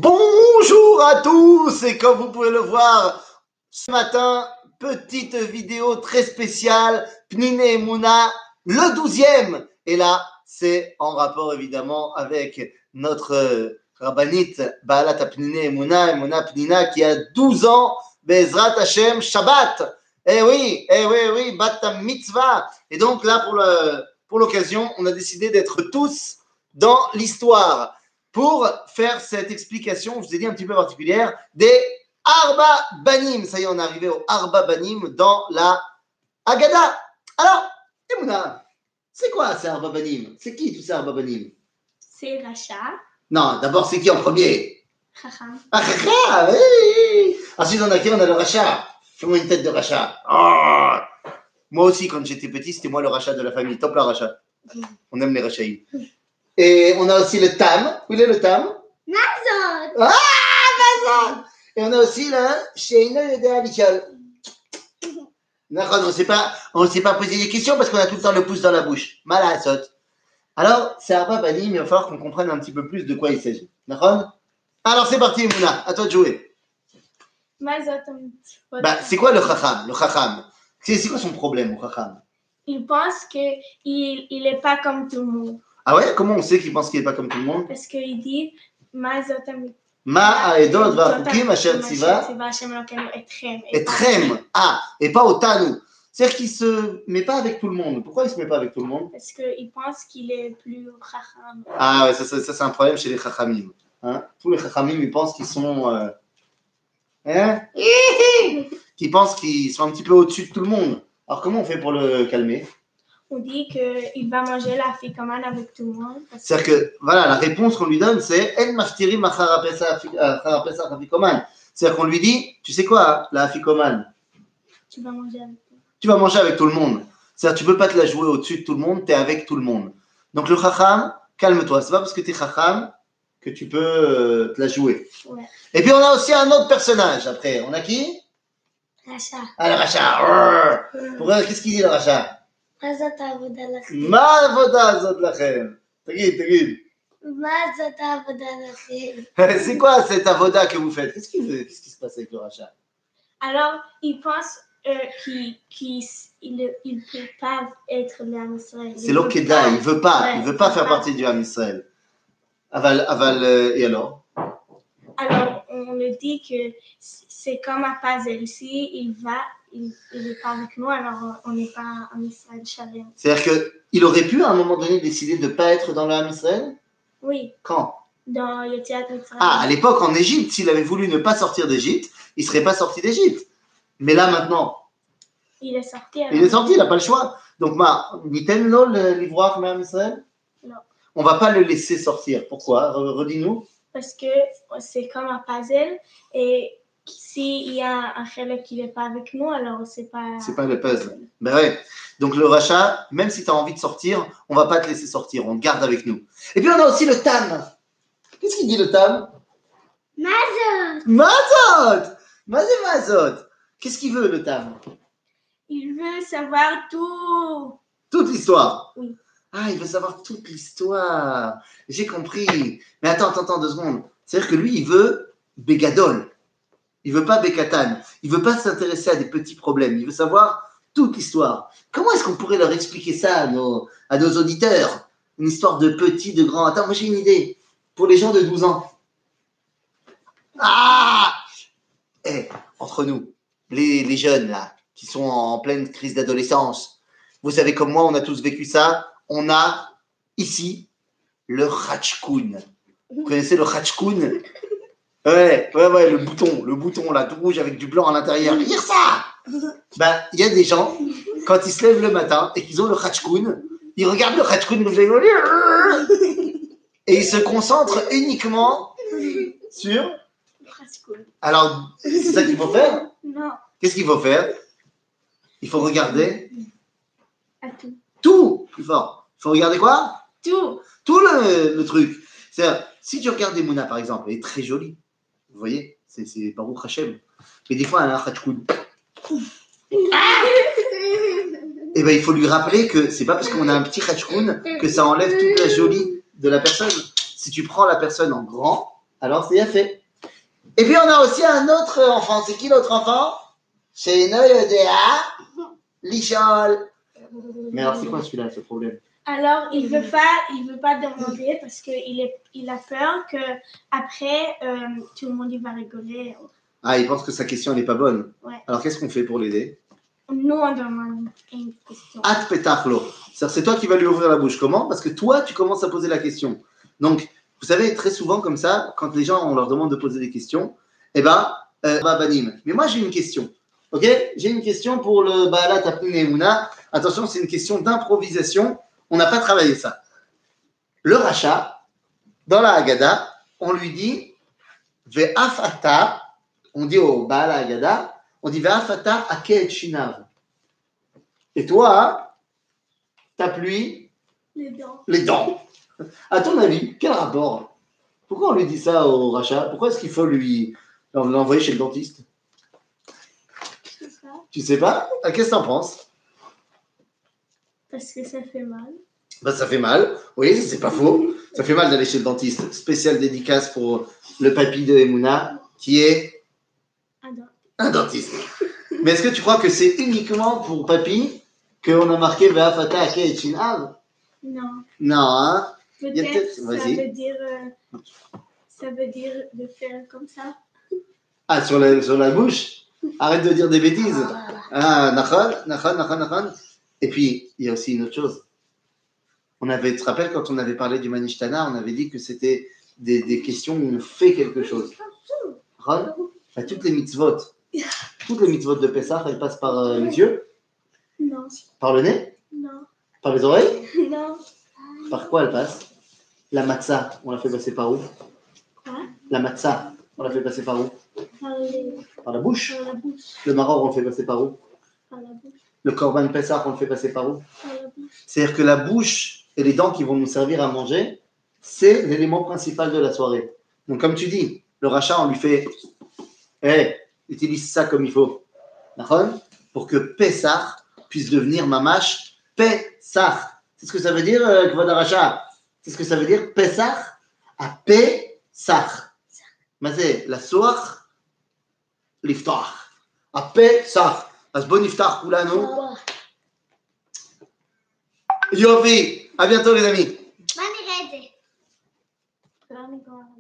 Bonjour à tous et comme vous pouvez le voir ce matin, petite vidéo très spéciale, Pnina Emouna, le 12e. Et là, c'est en rapport évidemment avec notre rabbinite Baalat Pnina Emouna Pnina qui a 12 ans, Bezrat Hashem, Shabbat. Eh oui, Bat Mitzvah. Et donc là, pour l'occasion, on a décidé d'être tous dans l'histoire. Pour faire cette explication, je vous ai dit un petit peu particulière, des Arba Banim. Ça y est, on est arrivé au Arba Banim dans la Haggadah. Alors, Emouna, c'est quoi ces Arba Banim? C'est qui tous ces Arba Banim? C'est Racha. Non, d'abord, c'est qui en premier? Chacham. Ah, Racha, oui. Ensuite, on a qui? On a le Racha. Fais-moi une tête de Racha. Oh. Moi aussi, quand j'étais petit, c'était moi le Racha de la famille. Top la Racha. On aime les Rachaïm. Et on a aussi le Tam. Où il est le Tam? Mazot. Ah, Mazot. Et on a aussi le Sheina Yodea Michel. D'accord, on ne s'est pas posé des questions parce qu'on a tout le temps le pouce dans la bouche. Malasot. Alors, c'est Arba Banim, mais il va falloir qu'on comprenne un petit peu plus de quoi il s'agit. D'accord? Alors, c'est parti, Mouna. À toi de jouer. Mazot. Bah, c'est quoi le Chacham? Le Chacham. C'est quoi son problème, le Chacham? Il pense qu'il n'est pas comme tout le monde. Ah ouais? Comment on sait qu'il pense qu'il n'est pas comme tout le monde? Parce qu'il dit Mazot. Ma Aedot Vachukim Asher Tziva Etrem. Ah, et pas Otanu. C'est-à-dire qu'il se met pas avec tout le monde. Pourquoi il se met pas avec tout le monde? Parce qu'il pense qu'il est plus Chacham. Ah ouais, ça c'est un problème chez les Chachamim. Hein? Tous les Chachamim, ils pensent qu'ils sont... qu'ils pensent qu'ils sont un petit peu au-dessus de tout le monde. Alors comment on fait pour le calmer? On dit qu'il va manger la ficomane avec tout le monde. C'est-à-dire que, voilà, la réponse qu'on lui donne, c'est En maftirim achar Pesach afikoman. C'est-à-dire qu'on lui dit, tu sais quoi, la afikoman? Tu vas manger avec tout. Tu vas manger avec tout le monde. C'est-à-dire tu peux pas te la jouer au-dessus de tout le monde, tu es avec tout le monde. Donc le chacham, calme-toi. C'est pas parce que tu es chacham que tu peux te la jouer. Ouais. Et puis on a aussi un autre personnage après. On a qui? Racha. Ah, le rachat. Qu'est-ce qu'il dit le rachat? Mazot avoda lachem. Ma avoda zot lachem. T'guide. Mazot avoda lachem. C'est quoi cette avoda que vous faites? Qu'est-ce qui se passe avec le rachat? Alors, il pense qu'il ne peut pas être le Ham Israël. C'est l'Okeda, il veut pas. Ouais, Il veut pas faire partie du Ham Israël. Aval, et alors? Alors, on le dit que c'est comme un puzzle. Si il n'est pas avec nous, alors on n'est pas en Israël Shalem. C'est-à-dire qu'il aurait pu à un moment donné décider de ne pas être dans le Ham Israël? Oui. Quand? Dans le théâtre Mitzrayim. Ah, à l'époque en Égypte, s'il avait voulu ne pas sortir d'Égypte, il ne serait pas sorti d'Égypte. Mais là maintenant, il est sorti. Alors. Il est sorti, il n'a pas le choix. Donc, Nitenlo, le livroir Ham Israël? Non. On ne va pas le laisser sortir. Pourquoi? Redis-nous. Parce que c'est comme un puzzle et s'il y a un chélek qui n'est pas avec nous, alors c'est pas... C'est pas le puzzle. Ben ouais. Donc le rachat, même si tu as envie de sortir, on va pas te laisser sortir, on te garde avec nous. Et puis on a aussi le tam. Qu'est-ce qu'il dit le tam? Mazot. Mazot. Mazot. Qu'est-ce qu'il veut le tam? Il veut savoir tout. Toute l'histoire. Oui. Ah, il veut savoir toute l'histoire. J'ai compris. Mais attends 2 secondes. C'est-à-dire que lui, il veut Bégadol. Il veut pas Békatan. Il veut pas s'intéresser à des petits problèmes. Il veut savoir toute l'histoire. Comment est-ce qu'on pourrait leur expliquer ça à nos auditeurs? Une histoire de petit, de grand. Attends, moi j'ai une idée. Pour les gens de 12 ans. Ah! Entre nous, les jeunes là, qui sont en pleine crise d'adolescence. Vous savez comme moi, on a tous vécu ça. On a ici le Khatchkoun. Vous connaissez le Khatchkoun? Ouais, le bouton là, tout rouge avec du blanc à l'intérieur. Lire ça! Ben, il y a des gens, quand ils se lèvent le matin et qu'ils ont le Khatchkoun, ils regardent le Khatchkoun et ils se concentrent uniquement sur... Alors, c'est ça qu'il faut faire? Non. Qu'est-ce qu'il faut faire? Il faut regarder À tout. tout, plus fort. Il faut regarder quoi? Tout. Tout le truc. C'est-à-dire, si tu regardes Emouna, par exemple, elle est très jolie. Vous voyez? C'est Baruch Hashem. Mais des fois, elle a un Khatchkoun. Et ben, il faut lui rappeler que c'est pas parce qu'on a un petit Khatchkoun que ça enlève toute la jolie de la personne. Si tu prends la personne en grand, Alors, c'est fait. Et puis, on a aussi un autre enfant. C'est qui l'autre enfant? C'est Noyodea Lichol. Mais alors, c'est quoi celui-là, ce problème? Alors, il veut pas demander parce il a peur que après tout le monde il va rigoler. Ah, il pense que sa question n'est pas bonne. Ouais. Alors, qu'est-ce qu'on fait pour l'aider? Nous, on demande une question. At petachlo. C'est toi qui vas lui ouvrir la bouche. Comment? Parce que toi, tu commences à poser la question. Donc, vous savez, très souvent comme ça, quand les gens, on leur demande de poser des questions, eh ben, banim. Mais moi, j'ai une question. Ok? J'ai une question pour le Baalat Apnin Emouna. Attention, c'est une question d'improvisation. On n'a pas travaillé ça. Le rachat, dans la Haggadah, on lui dit Ve'afata, on dit au Baal Haggadah, on dit Ve'afata aket shinav. Et toi, t'appuies les dents. À ton avis, quel rapport? Pourquoi on lui dit ça au rachat? Pourquoi est-ce qu'il faut l'envoyer chez le dentiste? Je sais pas. Tu sais pas? Qu'est-ce que t'en penses? Parce que ça fait mal. Ben, ça fait mal. Oui, c'est pas faux. Ça fait mal d'aller chez le dentiste. Spécial dédicace pour le papy de Emouna, qui est un dentiste. Mais est-ce que tu crois que c'est uniquement pour papy qu'on a marqué Ve'afata Ake et Chinav? Non. Non, hein? Peut-être ça veut dire de faire comme ça. Ah, sur la bouche? Arrête de dire des bêtises. Ah, nachon. Et puis, il y a aussi une autre chose. Tu te rappelles quand on avait parlé du Manishtana, on avait dit que c'était des questions où on fait quelque chose. Toutes les mitzvot de Pessah, elles passent par les yeux? Non. Par le nez? Non. Par les oreilles? Non. Par quoi elles passent? La matzah, on l'a fait passer par où? Quoi? La matzah, on l'a fait passer par où? Par la bouche. Par la bouche. Le maror, on le fait passer par où? Par la bouche. Le korban Pessah, on le fait passer par où? Par la bouche. C'est-à-dire que la bouche et les dents qui vont nous servir à manger, c'est l'élément principal de la soirée. Donc, comme tu dis, le rachat, on lui fait utilise ça comme il faut. D'accord? Pour que Pessah puisse devenir mamash Pessah. C'est ce que ça veut dire, Kvod Rachat? C'est ce que ça veut dire, Pessah à Pessah. Mais c'est la soir, l'iftar. À Pessah. As bon iftar, Kulano. Yofi, à bientôt les amis. Bonne